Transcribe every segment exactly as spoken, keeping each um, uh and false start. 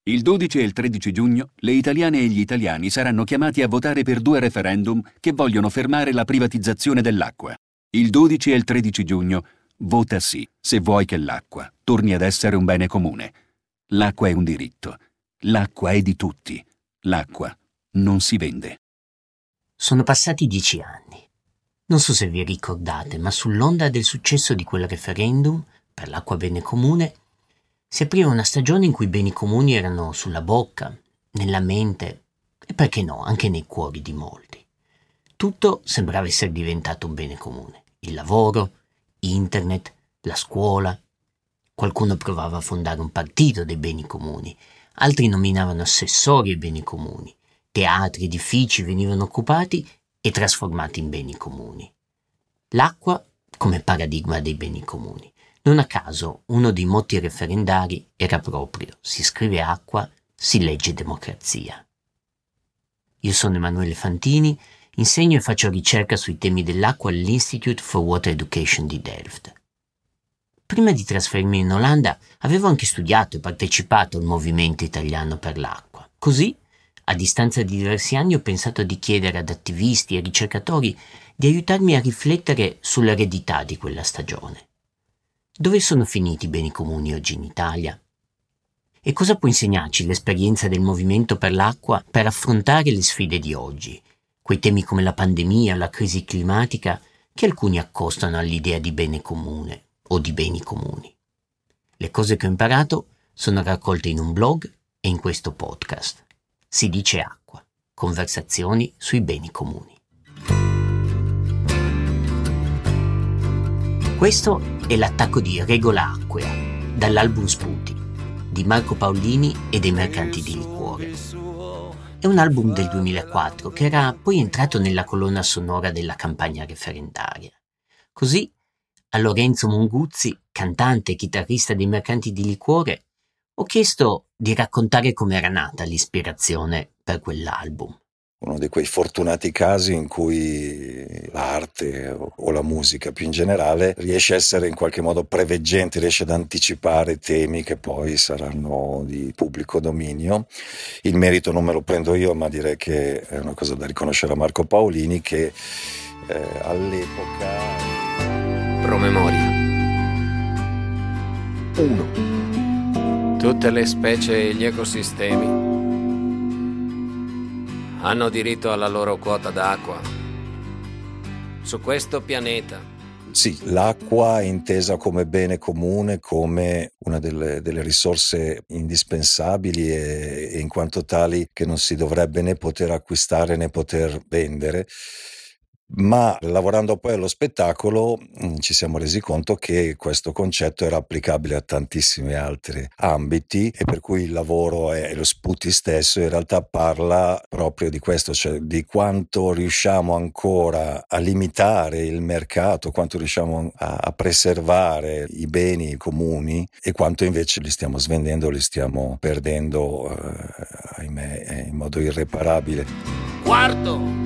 Il dodici e il tredici giugno le italiane e gli italiani saranno chiamati a votare per due referendum che vogliono fermare la privatizzazione dell'acqua. Il dodici e il tredici giugno vota sì se vuoi che l'acqua torni ad essere un bene comune. L'acqua è un diritto. L'acqua è di tutti. L'acqua non si vende. Sono passati dieci anni. Non so se vi ricordate, ma sull'onda del successo di quel referendum per l'acqua bene comune si apriva una stagione in cui i beni comuni erano sulla bocca, nella mente e perché no, anche nei cuori di molti. Tutto sembrava essere diventato un bene comune. Il lavoro, internet, la scuola. Qualcuno provava a fondare un partito dei beni comuni, altri nominavano assessori ai beni comuni. Teatri, edifici venivano occupati e trasformati in beni comuni. L'acqua come paradigma dei beni comuni. Non a caso uno dei motti referendari era proprio si scrive acqua, si legge democrazia. Io sono Emanuele Fantini, insegno e faccio ricerca sui temi dell'acqua all'Institute for Water Education di Delft. Prima di trasferirmi in Olanda avevo anche studiato e partecipato al movimento italiano per l'acqua. Così, a distanza di diversi anni, ho pensato di chiedere ad attivisti e ricercatori di aiutarmi a riflettere sull'eredità di quella stagione. Dove sono finiti i beni comuni oggi in Italia? E cosa può insegnarci l'esperienza del movimento per l'acqua per affrontare le sfide di oggi, quei temi come la pandemia, la crisi climatica, che alcuni accostano all'idea di bene comune o di beni comuni? Le cose che ho imparato sono raccolte in un blog e in questo podcast. Si dice acqua, conversazioni sui beni comuni. Questo è l'attacco di Regola Acquea, dall'album Sputi, di Marco Paolini e dei Mercanti di Liquore. È un album del duemilaquattro che era poi entrato nella colonna sonora della campagna referendaria. Così, a Lorenzo Monguzzi, cantante e chitarrista dei Mercanti di Liquore, ho chiesto di raccontare com'era nata l'ispirazione per quell'album. Uno di quei fortunati casi in cui l'arte o la musica più in generale riesce a essere in qualche modo preveggente, riesce ad anticipare temi che poi saranno di pubblico dominio. Il merito non me lo prendo io, ma direi che è una cosa da riconoscere a Marco Paolini che eh, all'epoca... Promemoria. uno. Tutte le specie e gli ecosistemi hanno diritto alla loro quota d'acqua su questo pianeta. Sì, l'acqua intesa come bene comune, come una delle, delle risorse indispensabili e, e in quanto tali che non si dovrebbe né poter acquistare né poter vendere. Ma lavorando poi allo spettacolo mh, ci siamo resi conto che questo concetto era applicabile a tantissimi altri ambiti e per cui il lavoro e lo Sputi stesso in realtà parla proprio di questo, cioè di quanto riusciamo ancora a limitare il mercato, quanto riusciamo a, a preservare i beni comuni e quanto invece li stiamo svendendo, li stiamo perdendo eh, ahimè in modo irreparabile. Quarto,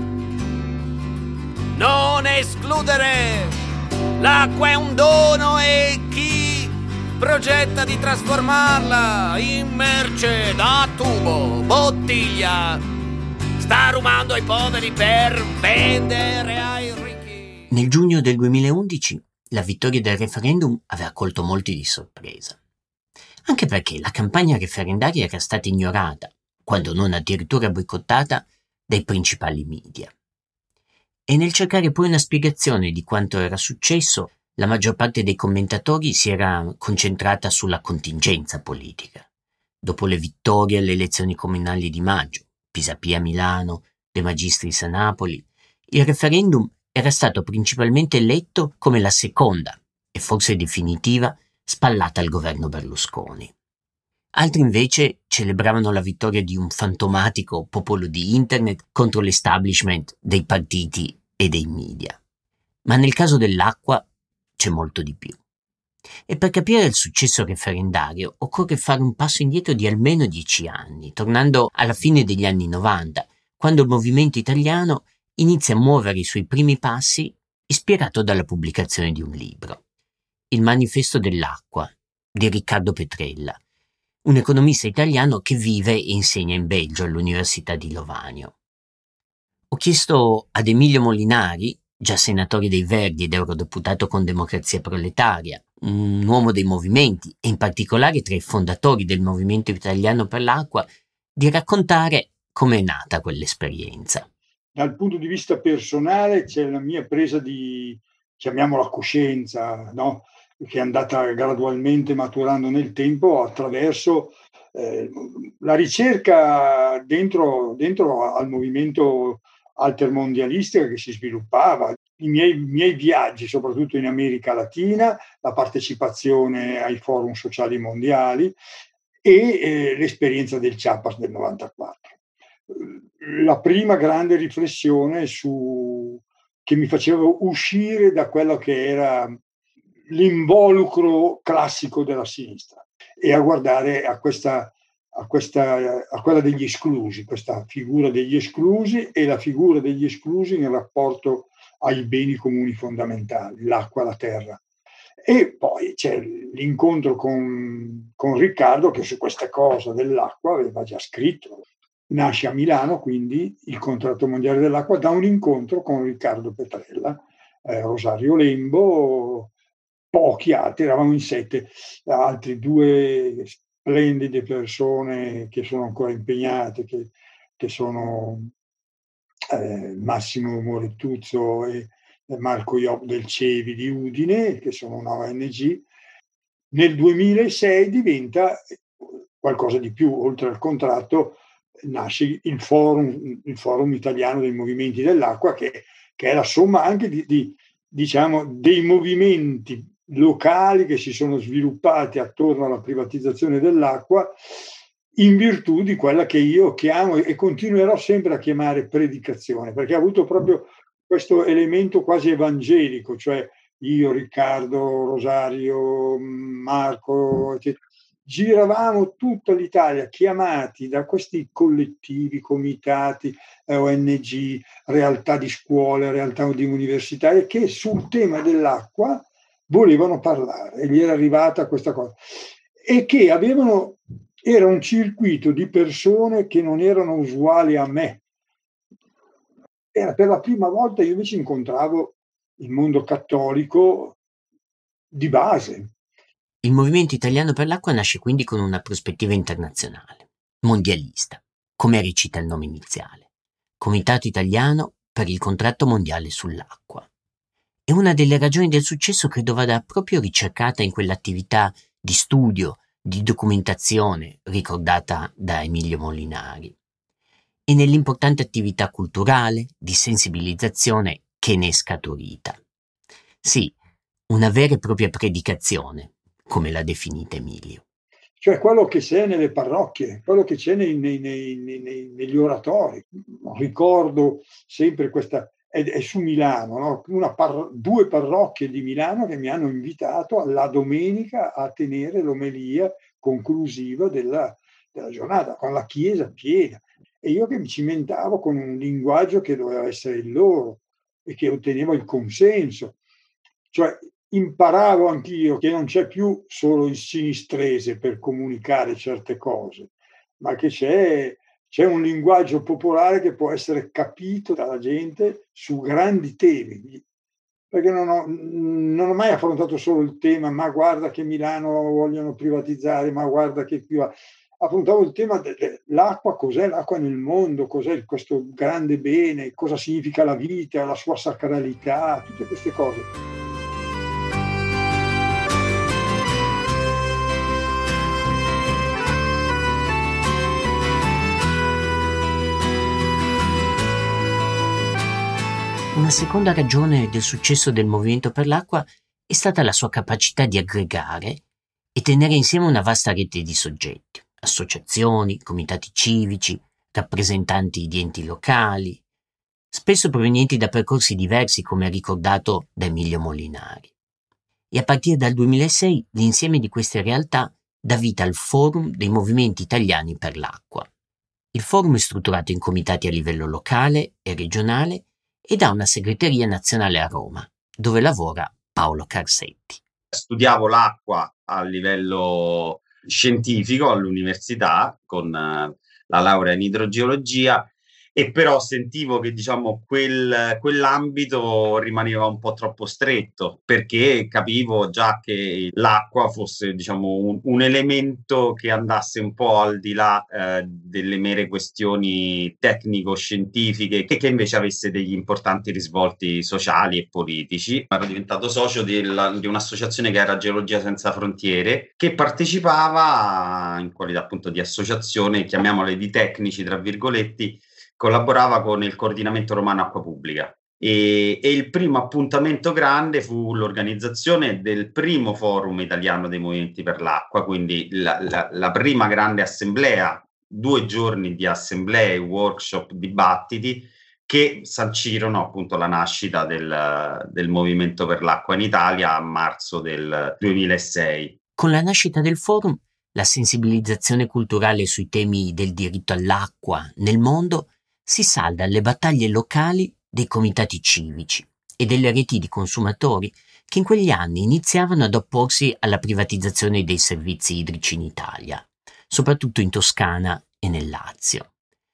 non escludere! L'acqua è un dono e chi progetta di trasformarla in merce da tubo, bottiglia, sta rubando ai poveri per vendere ai ricchi. Nel giugno del duemilaundici la vittoria del referendum aveva colto molti di sorpresa. Anche perché la campagna referendaria era stata ignorata, quando non addirittura boicottata, dai principali media. E nel cercare poi una spiegazione di quanto era successo, la maggior parte dei commentatori si era concentrata sulla contingenza politica. Dopo le vittorie alle elezioni comunali di maggio, Pisapia a Milano, De Magistris a Napoli, il referendum era stato principalmente letto come la seconda, e forse definitiva, spallata al governo Berlusconi. Altri invece celebravano la vittoria di un fantomatico popolo di internet contro l'establishment dei partiti e dei media. Ma nel caso dell'acqua c'è molto di più. E per capire il successo referendario occorre fare un passo indietro di almeno dieci anni, tornando alla fine degli anni novanta, quando il movimento italiano inizia a muovere i suoi primi passi ispirato dalla pubblicazione di un libro, Il Manifesto dell'Acqua, di Riccardo Petrella, un economista italiano che vive e insegna in Belgio all'Università di Lovanio. Ho chiesto ad Emilio Molinari, già senatore dei Verdi ed eurodeputato con Democrazia Proletaria, un uomo dei movimenti e in particolare tra i fondatori del Movimento Italiano per l'Acqua, di raccontare com'è nata quell'esperienza. Dal punto di vista personale c'è la mia presa di, chiamiamola coscienza, no? Che è andata gradualmente maturando nel tempo attraverso eh, la ricerca dentro, dentro al movimento altermondialista che si sviluppava, i miei, i miei viaggi soprattutto in America Latina, la partecipazione ai forum sociali mondiali e eh, l'esperienza del Chiapas del novantaquattro. La prima grande riflessione su, che mi faceva uscire da quello che era l'involucro classico della sinistra e a guardare a questa, a questa, a quella degli esclusi, questa figura degli esclusi e la figura degli esclusi in rapporto ai beni comuni fondamentali, l'acqua, la terra. E poi c'è l'incontro con, con Riccardo che su questa cosa dell'acqua aveva già scritto. Nasce a Milano quindi il contratto mondiale dell'acqua da un incontro con Riccardo Petrella, eh, Rosario Lembo, pochi altri, eravamo in sette, altri due splendide persone che sono ancora impegnate, che, che sono eh, Massimo Morettuzzo e, e Marco Iop del Cevi di Udine, che sono una O N G. Nel duemilasei diventa qualcosa di più, oltre al contratto nasce il forum, il forum italiano dei movimenti dell'acqua, che, che è la somma anche di, di diciamo dei movimenti locali che si sono sviluppati attorno alla privatizzazione dell'acqua in virtù di quella che io chiamo e continuerò sempre a chiamare predicazione, perché ha avuto proprio questo elemento quasi evangelico, cioè io, Riccardo, Rosario, Marco, eccetera, giravamo tutta l'Italia chiamati da questi collettivi, comitati, O N G, realtà di scuole, realtà di universitarie che sul tema dell'acqua volevano parlare e gli era arrivata questa cosa e che avevano, era un circuito di persone che non erano usuali a me. Era per la prima volta io invece incontravo il mondo cattolico di base. Il Movimento Italiano per l'Acqua nasce quindi con una prospettiva internazionale, mondialista, come recita il nome iniziale, Comitato Italiano per il Contratto Mondiale sull'Acqua. E una delle ragioni del successo credo vada proprio ricercata in quell'attività di studio, di documentazione ricordata da Emilio Molinari, e nell'importante attività culturale, di sensibilizzazione che ne è scaturita. Sì, una vera e propria predicazione, come l'ha definita Emilio. Cioè quello che c'è nelle parrocchie, quello che c'è nei, nei, nei, nei, negli oratori. Ricordo sempre questa, è, è su Milano, no? Una par, due parrocchie di Milano che mi hanno invitato la domenica a tenere l'omelia conclusiva della, della giornata, con la chiesa piena. E io che mi cimentavo con un linguaggio che doveva essere il loro e che ottenevo il consenso. Cioè imparavo anch'io che non c'è più solo il sinistrese per comunicare certe cose, ma che c'è, c'è un linguaggio popolare che può essere capito dalla gente su grandi temi. Perché non ho, non ho mai affrontato solo il tema, ma guarda che Milano vogliono privatizzare, ma guarda che qui va. Affrontavo il tema dell'acqua, cos'è l'acqua nel mondo, cos'è questo grande bene, cosa significa la vita, la sua sacralità, tutte queste cose. Una seconda ragione del successo del Movimento per l'Acqua è stata la sua capacità di aggregare e tenere insieme una vasta rete di soggetti, associazioni, comitati civici, rappresentanti di enti locali, spesso provenienti da percorsi diversi come ricordato da Emilio Molinari. E a partire dal duemilasei l'insieme di queste realtà dà vita al Forum dei Movimenti Italiani per l'Acqua. Il forum è strutturato in comitati a livello locale e regionale ed ha una segreteria nazionale a Roma, dove lavora Paolo Carsetti. Studiavo l'acqua a livello scientifico all'università con eh, la laurea in idrogeologia, e però sentivo che diciamo quel, quell'ambito rimaneva un po' troppo stretto, perché capivo già che l'acqua fosse diciamo un, un elemento che andasse un po' al di là eh, delle mere questioni tecnico-scientifiche, e che invece avesse degli importanti risvolti sociali e politici. Ero diventato socio della, di un'associazione che era Geologia Senza Frontiere, che partecipava in qualità appunto di associazione, chiamiamole di tecnici tra virgoletti, collaborava con il Coordinamento Romano Acqua Pubblica, e, e il primo appuntamento grande fu l'organizzazione del primo forum italiano dei movimenti per l'acqua, quindi la, la, la prima grande assemblea, due giorni di assemblee, workshop, dibattiti che sancirono appunto la nascita del, del movimento per l'acqua in Italia a marzo del duemilasei. Con la nascita del forum, la sensibilizzazione culturale sui temi del diritto all'acqua nel mondo si salda alle battaglie locali dei comitati civici e delle reti di consumatori che in quegli anni iniziavano ad opporsi alla privatizzazione dei servizi idrici in Italia, soprattutto in Toscana e nel Lazio.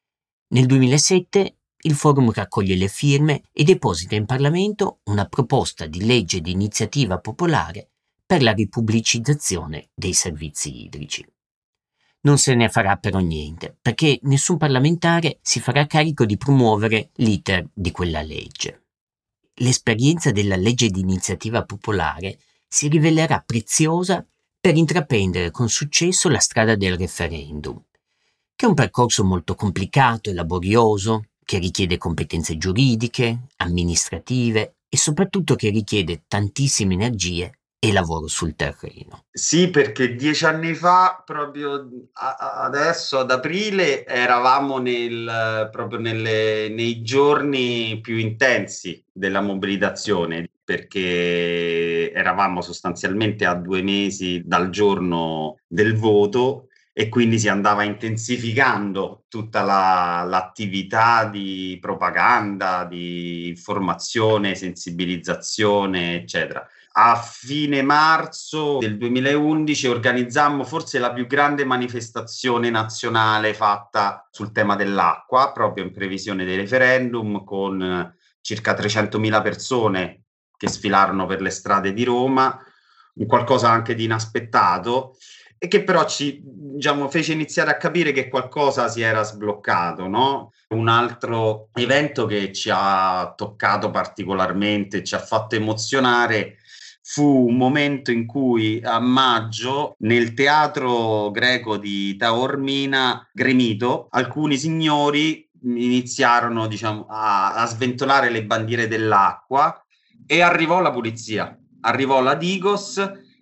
Nel duemilasette il forum raccoglie le firme e deposita in Parlamento una proposta di legge di iniziativa popolare per la ripubblicizzazione dei servizi idrici. Non se ne farà però niente, perché nessun parlamentare si farà carico di promuovere l'iter di quella legge. L'esperienza della legge di iniziativa popolare si rivelerà preziosa per intraprendere con successo la strada del referendum, che è un percorso molto complicato e laborioso, che richiede competenze giuridiche, amministrative e soprattutto che richiede tantissime energie e lavoro sul terreno. Sì, perché dieci anni fa, proprio a- adesso ad aprile, eravamo nel, proprio nelle, nei giorni più intensi della mobilitazione, perché eravamo sostanzialmente a due mesi dal giorno del voto, e quindi si andava intensificando tutta la, l'attività di propaganda, di informazione, sensibilizzazione, eccetera. A fine marzo del duemilaundici organizzammo forse la più grande manifestazione nazionale fatta sul tema dell'acqua, proprio in previsione del referendum, con circa trecentomila persone che sfilarono per le strade di Roma, un qualcosa anche di inaspettato, e che però ci diciamo, fece iniziare a capire che qualcosa si era sbloccato, no? Un altro evento che ci ha toccato particolarmente, ci ha fatto emozionare, fu un momento in cui a maggio nel teatro greco di Taormina Gremito alcuni signori iniziarono diciamo, a, a sventolare le bandiere dell'acqua, e arrivò la polizia, arrivò la Digos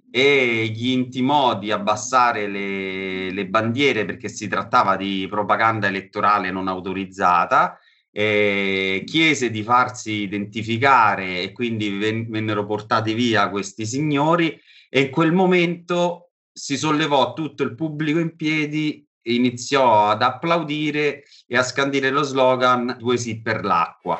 e gli intimò di abbassare le, le bandiere perché si trattava di propaganda elettorale non autorizzata. Eh, chiese di farsi identificare e quindi ven- vennero portati via questi signori, e in quel momento si sollevò tutto il pubblico in piedi e iniziò ad applaudire e a scandire lo slogan "Due sì per l'acqua".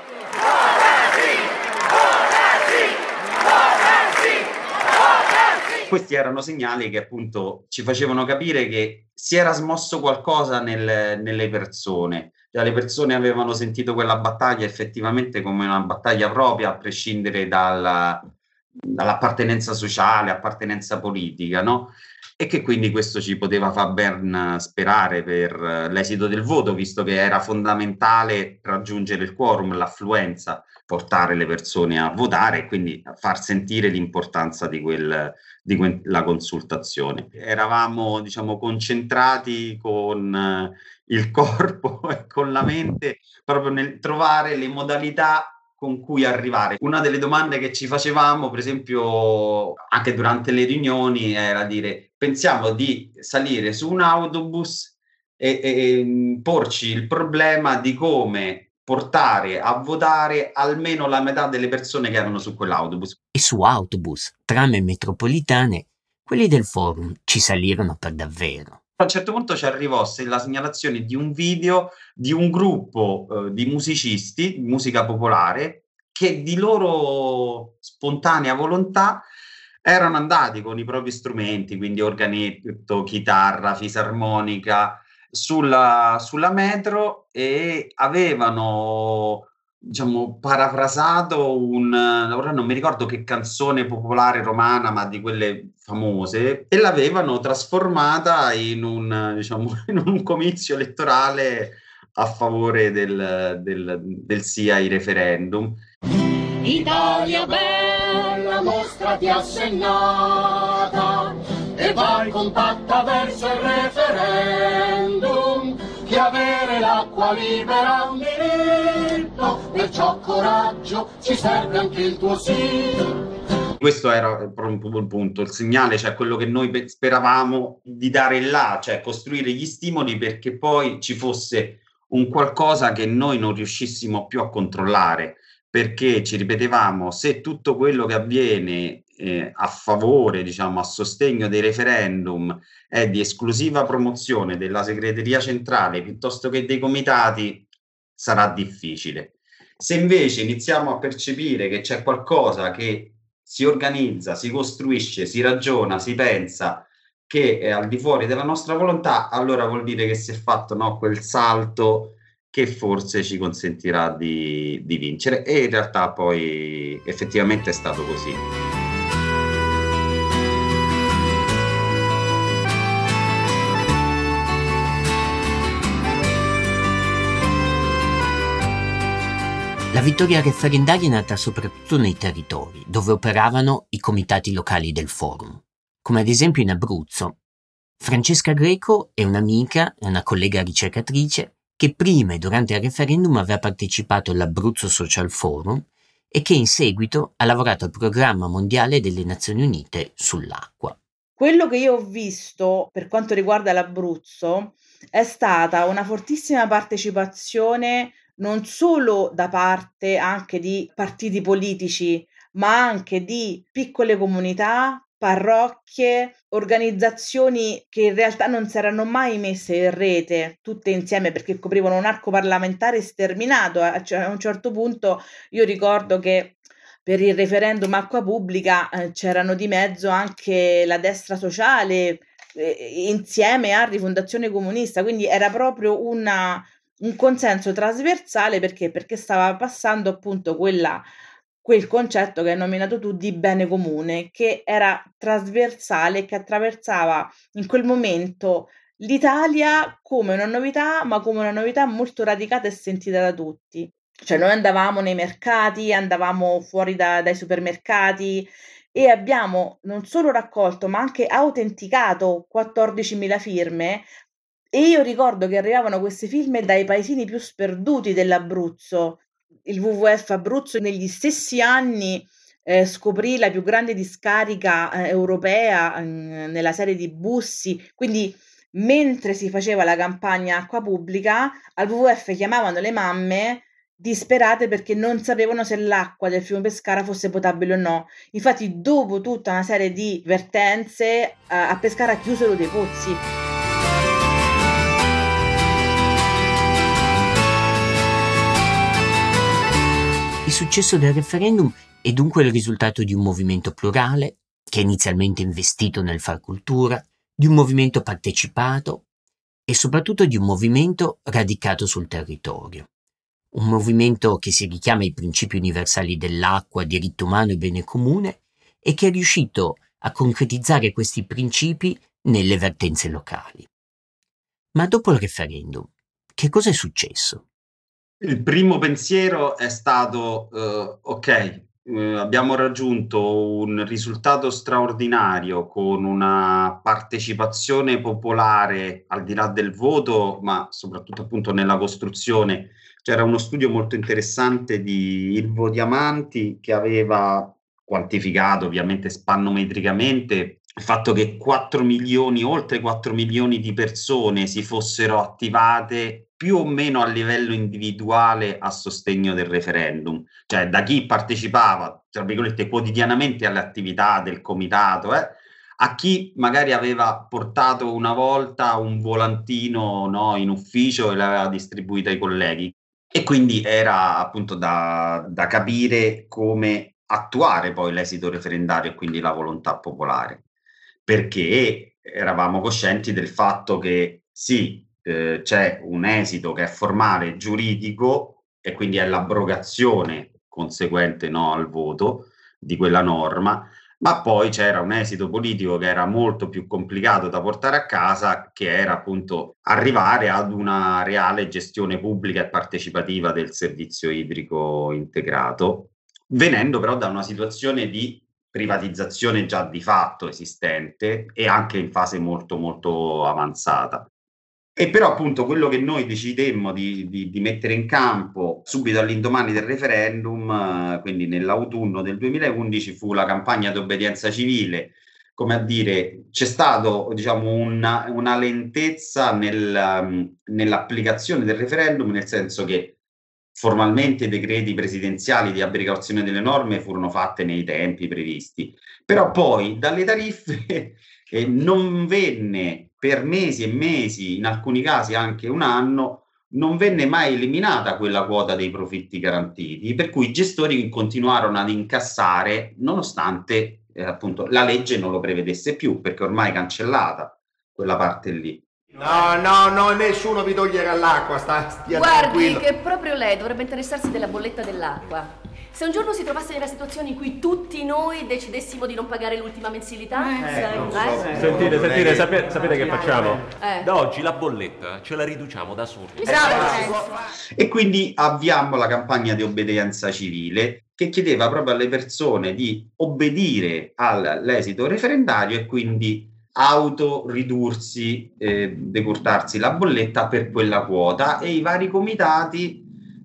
Questi erano segnali che appunto ci facevano capire che si era smosso qualcosa nel, nelle persone. Cioè, le persone avevano sentito quella battaglia effettivamente come una battaglia propria, a prescindere dalla, dall'appartenenza sociale, appartenenza politica, no? E che quindi questo ci poteva far ben sperare per l'esito del voto, visto che era fondamentale raggiungere il quorum, l'affluenza, portare le persone a votare e quindi far sentire l'importanza di quel di quella consultazione. Eravamo, diciamo, concentrati con eh, il corpo e con la mente proprio nel trovare le modalità con cui arrivare. Una delle domande che ci facevamo, per esempio, anche durante le riunioni, era dire: pensiamo di salire su un autobus e, e porci il problema di come portare a votare almeno la metà delle persone che erano su quell'autobus. E su autobus, tram e metropolitane, quelli del forum ci salirono per davvero. A un certo punto ci arrivò la segnalazione di un video di un gruppo eh, di musicisti, musica popolare, che di loro spontanea volontà erano andati con i propri strumenti, quindi organetto, chitarra, fisarmonica, sulla, sulla metro e avevano, diciamo, parafrasato un, ora non mi ricordo che canzone popolare romana, ma di quelle famose, e l'avevano trasformata in un, diciamo, in un comizio elettorale a favore del, del, del sì ai referendum. Italia bella, mostrati assennata e vai compatta verso il referendum, che avere l'acqua libera è un diritto, perciò coraggio, ci serve anche il tuo sì. Questo era proprio il punto, il segnale, cioè quello che noi speravamo di dare là, cioè costruire gli stimoli perché poi ci fosse un qualcosa che noi non riuscissimo più a controllare, perché ci ripetevamo, se tutto quello che avviene eh, a favore, diciamo, a sostegno dei referendum è di esclusiva promozione della segreteria centrale piuttosto che dei comitati, sarà difficile. Se invece iniziamo a percepire che c'è qualcosa che si organizza, si costruisce, si ragiona, si pensa, che è al di fuori della nostra volontà, allora vuol dire che si è fatto, no, quel salto che forse ci consentirà di, di vincere, e in realtà poi effettivamente è stato così. La vittoria referendaria è nata soprattutto nei territori, dove operavano i comitati locali del forum, come ad esempio in Abruzzo. Francesca Greco è un'amica, una collega ricercatrice, che prima e durante il referendum aveva partecipato all'Abruzzo Social Forum e che in seguito ha lavorato al Programma Mondiale delle Nazioni Unite sull'acqua. Quello che io ho visto per quanto riguarda l'Abruzzo è stata una fortissima partecipazione non solo da parte anche di partiti politici, ma anche di piccole comunità, parrocchie, organizzazioni che in realtà non si erano mai messe in rete tutte insieme perché coprivano un arco parlamentare sterminato. A un certo punto io ricordo che per il referendum acqua pubblica eh, c'erano di mezzo anche la destra sociale eh, insieme a Rifondazione Comunista, quindi era proprio una un consenso trasversale perché? Perché stava passando appunto quella, quel concetto che hai nominato tu di bene comune, che era trasversale, che attraversava in quel momento l'Italia come una novità, ma come una novità molto radicata e sentita da tutti. Cioè noi andavamo nei mercati, andavamo fuori da, dai supermercati e abbiamo non solo raccolto ma anche autenticato quattordicimila firme. E io ricordo che arrivavano queste firme dai paesini più sperduti dell'Abruzzo. Il W W F Abruzzo negli stessi anni eh, scoprì la più grande discarica eh, europea eh, nella serie di Bussi, quindi mentre si faceva la campagna acqua pubblica, al W W F chiamavano le mamme disperate perché non sapevano se l'acqua del fiume Pescara fosse potabile o no. Infatti dopo tutta una serie di vertenze eh, a Pescara chiusero dei pozzi. Il successo del referendum è dunque il risultato di un movimento plurale, che è inizialmente investito nel far cultura, di un movimento partecipato e soprattutto di un movimento radicato sul territorio. Un movimento che si richiama ai principi universali dell'acqua, diritto umano e bene comune e che è riuscito a concretizzare questi principi nelle vertenze locali. Ma dopo il referendum, che cosa è successo? Il primo pensiero è stato, uh, ok, uh, abbiamo raggiunto un risultato straordinario con una partecipazione popolare al di là del voto, ma soprattutto appunto nella costruzione. C'era uno studio molto interessante di Ilvo Diamanti che aveva quantificato ovviamente spannometricamente il fatto che quattro milioni, oltre quattro milioni di persone si fossero attivate più o meno a livello individuale a sostegno del referendum, cioè da chi partecipava, tra virgolette, quotidianamente alle attività del comitato, eh, a chi magari aveva portato una volta un volantino, no, in ufficio e l'aveva distribuito ai colleghi. E quindi era appunto da, da capire come attuare poi l'esito referendario e quindi la volontà popolare, perché eravamo coscienti del fatto che sì, eh, c'è un esito che è formale giuridico e quindi è l'abrogazione conseguente, no, al voto di quella norma, ma poi c'era un esito politico che era molto più complicato da portare a casa, che era appunto arrivare ad una reale gestione pubblica e partecipativa del servizio idrico integrato, venendo però da una situazione di privatizzazione già di fatto esistente e anche in fase molto molto avanzata. E però appunto quello che noi decidemmo di, di, di mettere in campo subito all'indomani del referendum, eh, quindi nell'autunno del duemilaundici, fu la campagna di obbedienza civile. Come a dire, c'è stato, diciamo, una, una lentezza nel, um, nell'applicazione del referendum, nel senso che formalmente i decreti presidenziali di abrogazione delle norme furono fatte nei tempi previsti, però poi dalle tariffe eh, non venne per mesi e mesi, in alcuni casi anche un anno, non venne mai eliminata quella quota dei profitti garantiti, per cui i gestori continuarono ad incassare nonostante eh, appunto la legge non lo prevedesse più, perché ormai è cancellata quella parte lì. No, no, no, nessuno vi toglierà l'acqua, sta, stia Guardi tranquillo. che proprio lei dovrebbe interessarsi della bolletta dell'acqua. Se un giorno si trovasse nella situazione in cui tutti noi decidessimo di non pagare l'ultima mensilità, Eh, eh, non so. eh? Sentite, sentite, sapete, sapete che facciamo? Eh. Da oggi la bolletta ce la riduciamo da soli. Bravo. E quindi avviammo la campagna di obbedienza civile che chiedeva proprio alle persone di obbedire all'esito referendario e quindi autoridursi, eh, decurtarsi la bolletta per quella quota, e i vari comitati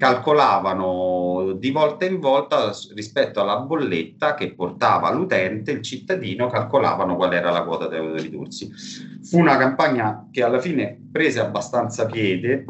calcolavano di volta in volta rispetto alla bolletta che portava l'utente, il cittadino, calcolavano qual era la quota da autoridursi. Fu una campagna che alla fine prese abbastanza piede,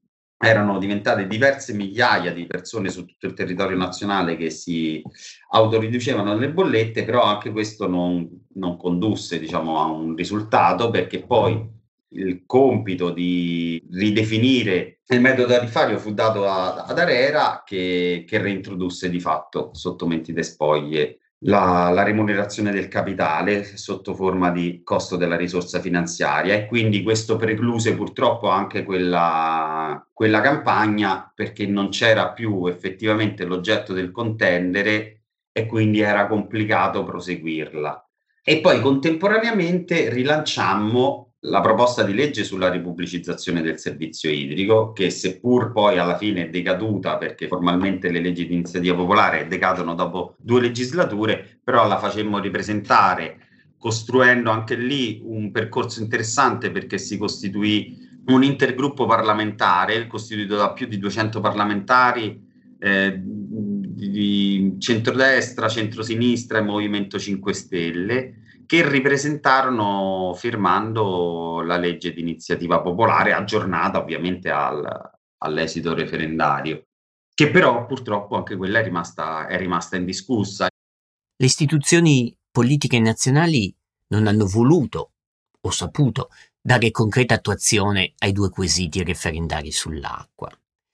erano diventate diverse migliaia di persone su tutto il territorio nazionale che si autoriducevano le bollette, però anche questo non, non condusse, diciamo, a un risultato, perché poi il compito di ridefinire il metodo tariffario fu dato a, ad ARERA, che, che reintrodusse di fatto sotto mentite spoglie la, la remunerazione del capitale sotto forma di costo della risorsa finanziaria, e quindi questo precluse purtroppo anche quella, quella campagna, perché non c'era più effettivamente l'oggetto del contendere e quindi era complicato proseguirla. E poi contemporaneamente rilanciammo la proposta di legge sulla ripubblicizzazione del servizio idrico, che seppur poi alla fine è decaduta, perché formalmente le leggi di iniziativa popolare decadono dopo due legislature, però la facemmo ripresentare, costruendo anche lì un percorso interessante, perché si costituì un intergruppo parlamentare costituito da più di duecento parlamentari eh, di, di centrodestra, centrosinistra e Movimento cinque Stelle, che ripresentarono firmando la legge di iniziativa popolare, aggiornata ovviamente al, all'esito referendario, che però purtroppo anche quella è rimasta, è rimasta indiscussa. Le istituzioni politiche nazionali non hanno voluto o saputo dare concreta attuazione ai due quesiti referendari sull'acqua.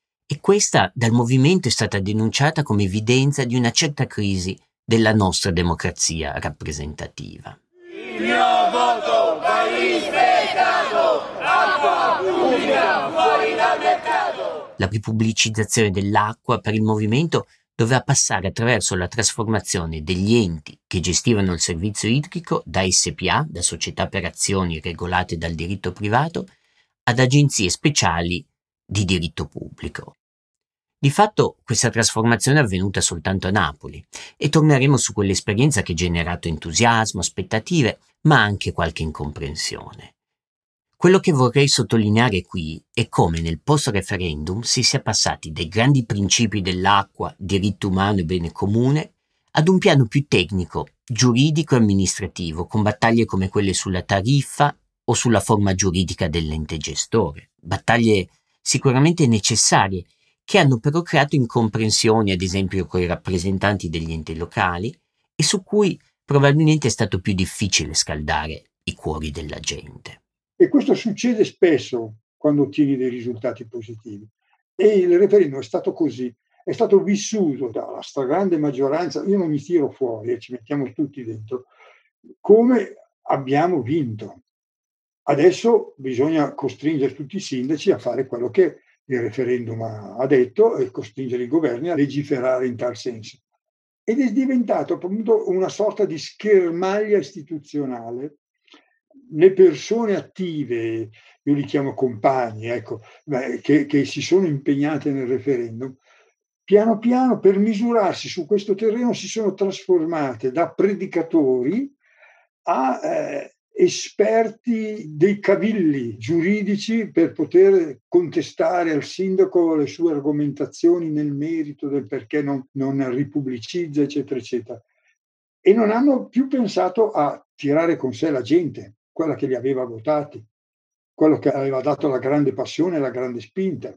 E questa dal movimento è stata denunciata come evidenza di una certa crisi della nostra democrazia rappresentativa. Il mio voto va rispettato, acqua pubblica fuori dal mercato. La ripubblicizzazione dell'acqua per il movimento doveva passare attraverso la trasformazione degli enti che gestivano il servizio idrico da S P A, da società per azioni regolate dal diritto privato, ad agenzie speciali di diritto pubblico. Di fatto questa trasformazione è avvenuta soltanto a Napoli, e torneremo su quell'esperienza che ha generato entusiasmo, aspettative, ma anche qualche incomprensione. Quello che vorrei sottolineare qui è come nel post-referendum si sia passati dai grandi principi dell'acqua, diritto umano e bene comune, ad un piano più tecnico, giuridico e amministrativo, con battaglie come quelle sulla tariffa o sulla forma giuridica dell'ente gestore. Battaglie sicuramente necessarie, che hanno però creato incomprensioni, ad esempio con i rappresentanti degli enti locali, e su cui probabilmente è stato più difficile scaldare i cuori della gente. E questo succede spesso quando ottieni dei risultati positivi. E il referendum è stato così. è stato vissuto dalla stragrande maggioranza, io non mi tiro fuori, e ci mettiamo tutti dentro, come abbiamo vinto. Adesso bisogna costringere tutti i sindaci a fare quello che il referendum ha detto e costringere i governi a legiferare in tal senso. Ed è diventato appunto una sorta di schermaglia istituzionale. Le persone attive, io li chiamo compagni, ecco, beh, che, che si sono impegnate nel referendum, piano piano per misurarsi su questo terreno si sono trasformate da predicatori a eh, esperti dei cavilli giuridici per poter contestare al sindaco le sue argomentazioni nel merito del perché non, non ripubblicizza, eccetera, eccetera. E non hanno più pensato a tirare con sé la gente, quella che li aveva votati, quello che aveva dato la grande passione e la grande spinta.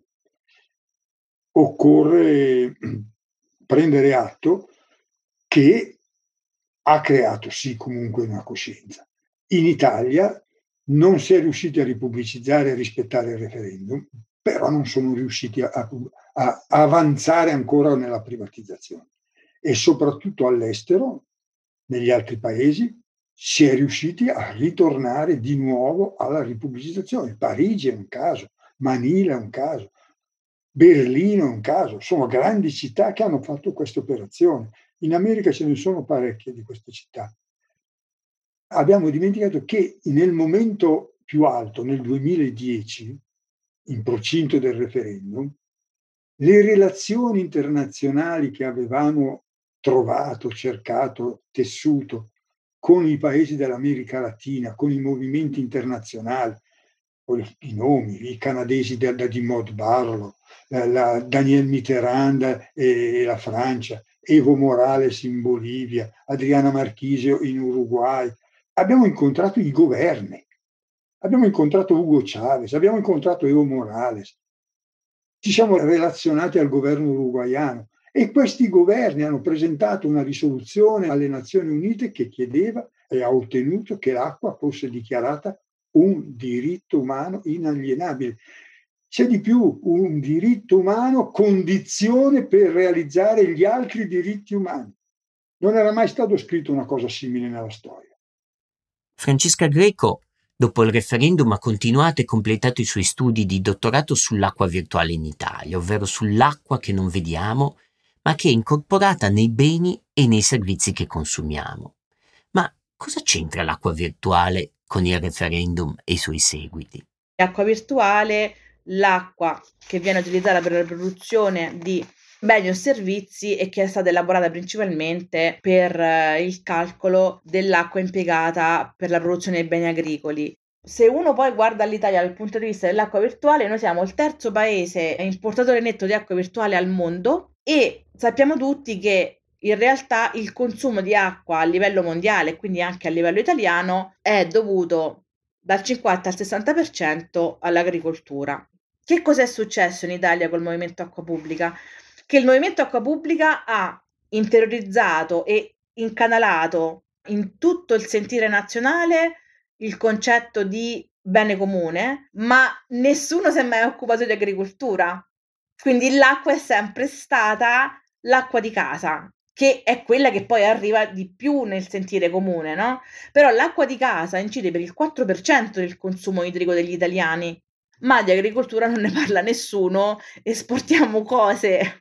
Occorre prendere atto che ha creato sì comunque una coscienza. In Italia non si è riusciti a ripubblicizzare e rispettare il referendum, però non sono riusciti a, a, a avanzare ancora nella privatizzazione. E soprattutto all'estero, negli altri paesi, si è riusciti a ritornare di nuovo alla ripubblicizzazione. Parigi è un caso, Manila è un caso, Berlino è un caso, sono grandi città che hanno fatto questa operazione. In America ce ne sono parecchie di queste città. Abbiamo dimenticato che nel momento più alto, nel duemiladieci, in procinto del referendum, le relazioni internazionali che avevamo trovato, cercato, tessuto con i paesi dell'America Latina, con i movimenti internazionali, i nomi, i canadesi da, da Dimod Barlow, la, la Daniel Mitterrand e, e la Francia, Evo Morales in Bolivia, Adriana Marchisio in Uruguay. Abbiamo incontrato i governi, abbiamo incontrato Hugo Chavez, abbiamo incontrato Evo Morales, ci siamo relazionati al governo uruguaiano e questi governi hanno presentato una risoluzione alle Nazioni Unite che chiedeva e ha ottenuto che l'acqua fosse dichiarata un diritto umano inalienabile. C'è di più, un diritto umano condizione per realizzare gli altri diritti umani. Non era mai stato scritto una cosa simile nella storia. Francesca Greco, dopo il referendum, ha continuato e completato i suoi studi di dottorato sull'acqua virtuale in Italia, ovvero sull'acqua che non vediamo, ma che è incorporata nei beni e nei servizi che consumiamo. Ma cosa c'entra l'acqua virtuale con il referendum e i suoi seguiti? L'acqua virtuale, l'acqua che viene utilizzata per la produzione di beni o servizi e che è stata elaborata principalmente per eh, il calcolo dell'acqua impiegata per la produzione dei beni agricoli. Se uno poi guarda l'Italia dal punto di vista dell'acqua virtuale, noi siamo il terzo paese importatore netto di acqua virtuale al mondo e sappiamo tutti che in realtà il consumo di acqua a livello mondiale, quindi anche a livello italiano, è dovuto dal cinquanta al sessanta per cento all'agricoltura. Che cosa è successo in Italia col movimento acqua pubblica? Che il movimento acqua pubblica ha interiorizzato e incanalato in tutto il sentire nazionale il concetto di bene comune, ma nessuno si è mai occupato di agricoltura. Quindi l'acqua è sempre stata l'acqua di casa, che è quella che poi arriva di più nel sentire comune, no? Però l'acqua di casa incide per il quattro per cento del consumo idrico degli italiani, ma di agricoltura non ne parla nessuno, esportiamo cose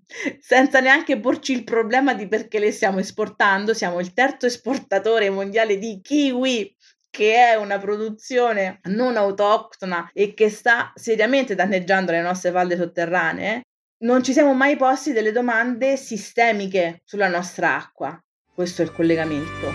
senza neanche porci il problema di perché le stiamo esportando. Siamo il terzo esportatore mondiale di kiwi, che è una produzione non autoctona e che sta seriamente danneggiando le nostre falde sotterranee. Non ci siamo mai posti delle domande sistemiche sulla nostra acqua. Questo è il collegamento.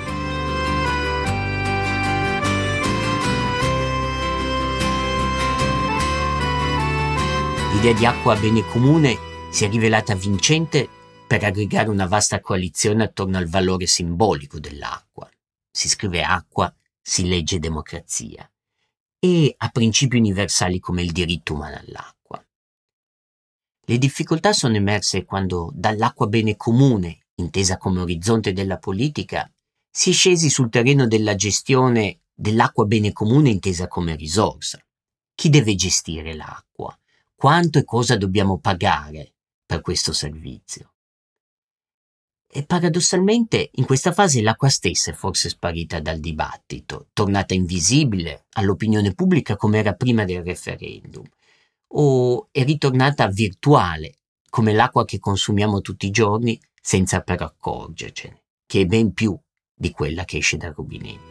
L'idea di acqua bene comune si è rivelata vincente per aggregare una vasta coalizione attorno al valore simbolico dell'acqua. Si scrive acqua, si legge democrazia, e a principi universali come il diritto umano all'acqua. Le difficoltà sono emerse quando dall'acqua bene comune, intesa come orizzonte della politica, si è scesi sul terreno della gestione dell'acqua bene comune intesa come risorsa. Chi deve gestire l'acqua? Quanto e cosa dobbiamo pagare per questo servizio. E paradossalmente in questa fase l'acqua stessa è forse sparita dal dibattito, tornata invisibile all'opinione pubblica come era prima del referendum, o è ritornata virtuale, come l'acqua che consumiamo tutti i giorni senza però accorgercene, che è ben più di quella che esce dal rubinetto.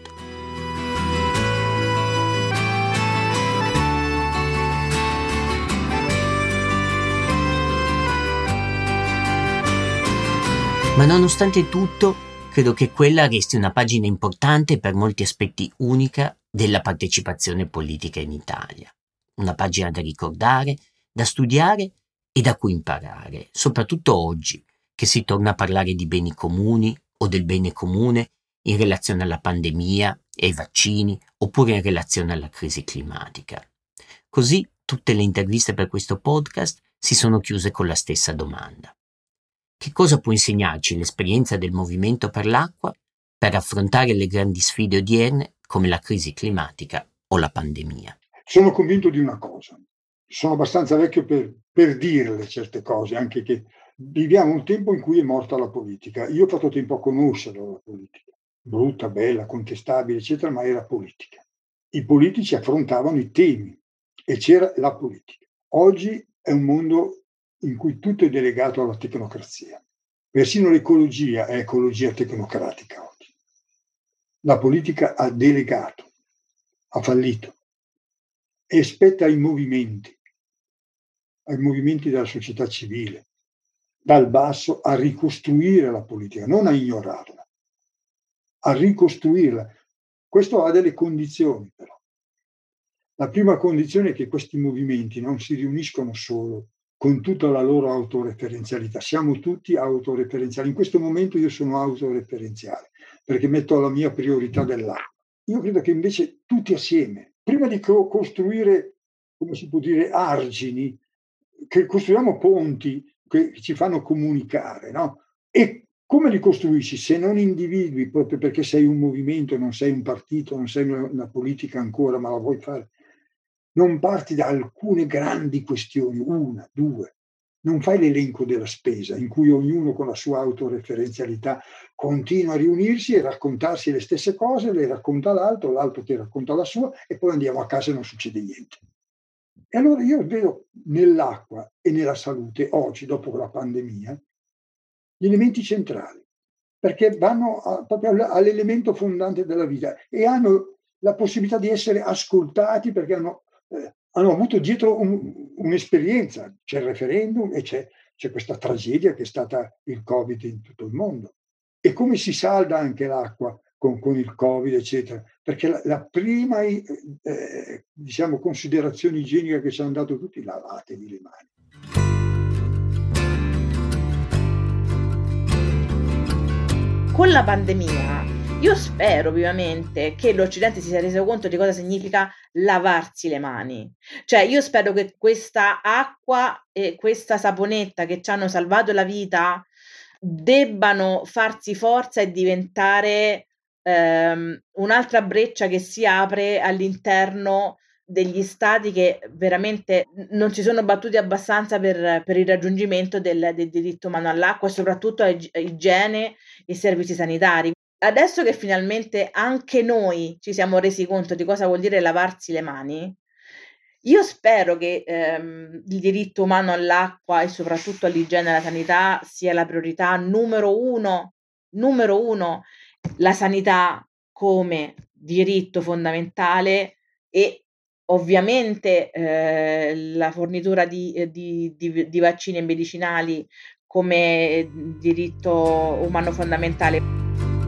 Ma nonostante tutto, credo che quella resti una pagina importante e per molti aspetti unica della partecipazione politica in Italia. Una pagina da ricordare, da studiare e da cui imparare, soprattutto oggi, che si torna a parlare di beni comuni o del bene comune in relazione alla pandemia e ai vaccini, oppure in relazione alla crisi climatica. Così tutte le interviste per questo podcast si sono chiuse con la stessa domanda. Che cosa può insegnarci l'esperienza del movimento per l'acqua per affrontare le grandi sfide odierne come la crisi climatica o la pandemia? Sono convinto di una cosa, sono abbastanza vecchio per, per dirle certe cose, anche che viviamo un tempo in cui è morta la politica. Io ho fatto tempo a conoscere la politica, brutta, bella, contestabile, eccetera, ma era politica. I politici affrontavano i temi e c'era la politica. Oggi è un mondo in cui tutto è delegato alla tecnocrazia. Persino l'ecologia è ecologia tecnocratica oggi. La politica ha delegato, ha fallito e spetta ai movimenti, ai movimenti della società civile, dal basso a ricostruire la politica, non a ignorarla, a ricostruirla. Questo ha delle condizioni però. La prima condizione è che questi movimenti non si riuniscono solo con tutta la loro autoreferenzialità. Siamo tutti autoreferenziali. In questo momento io sono autoreferenziale, perché metto la mia priorità dell'acqua. Io credo che invece tutti assieme, prima di co- costruire, come si può dire, argini, che costruiamo ponti che ci fanno comunicare, no? E come li costruisci se non individui, proprio perché sei un movimento, non sei un partito, non sei una, una politica ancora, ma la vuoi fare? Non parti da alcune grandi questioni, una, due. Non fai l'elenco della spesa, in cui ognuno con la sua autoreferenzialità continua a riunirsi e raccontarsi le stesse cose, le racconta l'altro, l'altro ti racconta la sua e poi andiamo a casa e non succede niente. E allora io vedo nell'acqua e nella salute, oggi, dopo la pandemia, gli elementi centrali, perché vanno a, proprio all'elemento fondante della vita e hanno la possibilità di essere ascoltati perché hanno Eh, hanno avuto dietro un, un'esperienza, c'è il referendum e c'è, c'è questa tragedia che è stata il Covid in tutto il mondo. E come si salda anche l'acqua con, con il Covid, eccetera? Perché la, la prima eh, diciamo, considerazione igienica che ci hanno dato tutti, lavatevi le mani. Con la pandemia io spero vivamente che l'Occidente si sia reso conto di cosa significa lavarsi le mani. Cioè io spero che questa acqua e questa saponetta che ci hanno salvato la vita debbano farsi forza e diventare ehm, un'altra breccia che si apre all'interno degli stati che veramente non si sono battuti abbastanza per, per il raggiungimento del, del diritto umano all'acqua e soprattutto a igiene e servizi sanitari. Adesso che finalmente anche noi ci siamo resi conto di cosa vuol dire lavarsi le mani, io spero che ehm, il diritto umano all'acqua e soprattutto all'igiene e alla sanità sia la priorità numero uno, numero uno, la sanità come diritto fondamentale e ovviamente eh, la fornitura di, di, di, di vaccini e medicinali come diritto umano fondamentale.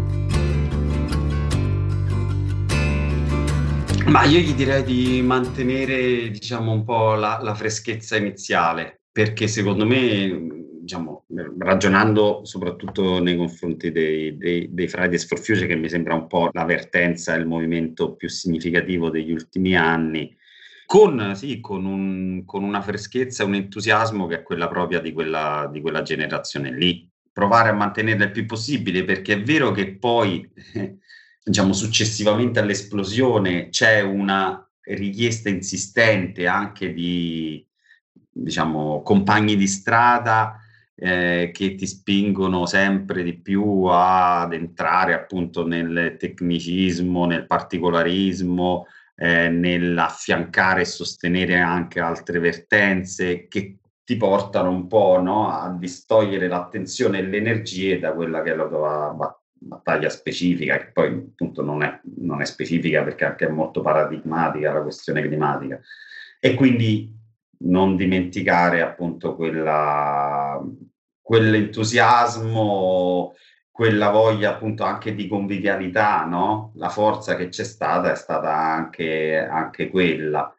Ma io gli direi di mantenere, diciamo, un po' la, la freschezza iniziale, perché secondo me, diciamo, ragionando soprattutto nei confronti dei, dei, dei Fridays for Future, che mi sembra un po' la vertenza e il movimento più significativo degli ultimi anni, con, sì, con, un, con una freschezza e un entusiasmo che è quella propria di quella, di quella generazione lì. Provare a mantenerla il più possibile, perché è vero che poi... diciamo successivamente all'esplosione c'è una richiesta insistente anche di, diciamo, compagni di strada eh, che ti spingono sempre di più ad entrare appunto nel tecnicismo, nel particolarismo, eh, nell'affiancare e sostenere anche altre vertenze che ti portano un po', no, a distogliere l'attenzione e le energie da quella che è la tua battaglia battaglia specifica, che poi appunto non è, non è specifica perché anche è molto paradigmatica la questione climatica, e quindi non dimenticare appunto quella, quell'entusiasmo, quella voglia appunto anche di convivialità, no? La forza che c'è stata è stata anche, anche quella.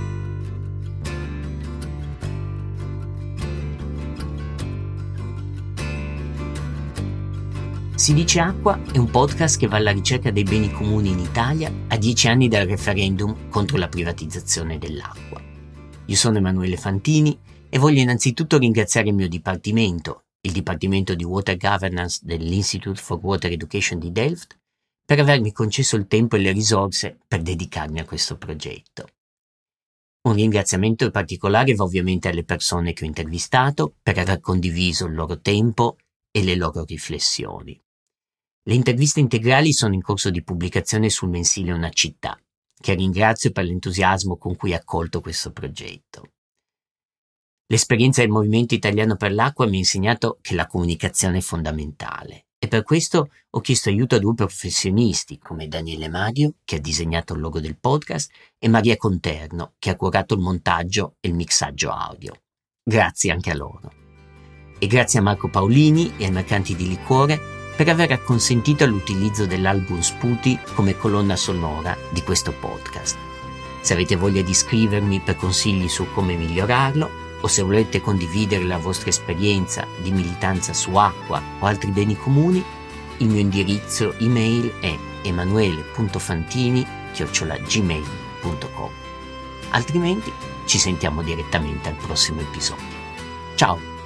Si dice Acqua è un podcast che va alla ricerca dei beni comuni in Italia a dieci anni dal referendum contro la privatizzazione dell'acqua. Io sono Emanuele Fantini e voglio innanzitutto ringraziare il mio dipartimento, il Dipartimento di Water Governance dell'Institute for Water Education di Delft, per avermi concesso il tempo e le risorse per dedicarmi a questo progetto. Un ringraziamento in particolare va ovviamente alle persone che ho intervistato per aver condiviso il loro tempo e le loro riflessioni. Le interviste integrali sono in corso di pubblicazione sul mensile Una Città, che ringrazio per l'entusiasmo con cui ha accolto questo progetto. L'esperienza del Movimento Italiano per l'Acqua mi ha insegnato che la comunicazione è fondamentale e per questo ho chiesto aiuto a due professionisti come Daniele Mario, che ha disegnato il logo del podcast, e Maria Conterno, che ha curato il montaggio e il mixaggio audio. Grazie anche a loro. E grazie a Marco Paolini e ai mercanti di liquore per aver acconsentito all'utilizzo dell'album Sputi come colonna sonora di questo podcast. Se avete voglia di scrivermi per consigli su come migliorarlo, o se volete condividere la vostra esperienza di militanza su acqua o altri beni comuni, il mio indirizzo email è emanuele punto fantini chiocciola gmail punto com. Altrimenti ci sentiamo direttamente al prossimo episodio. Ciao!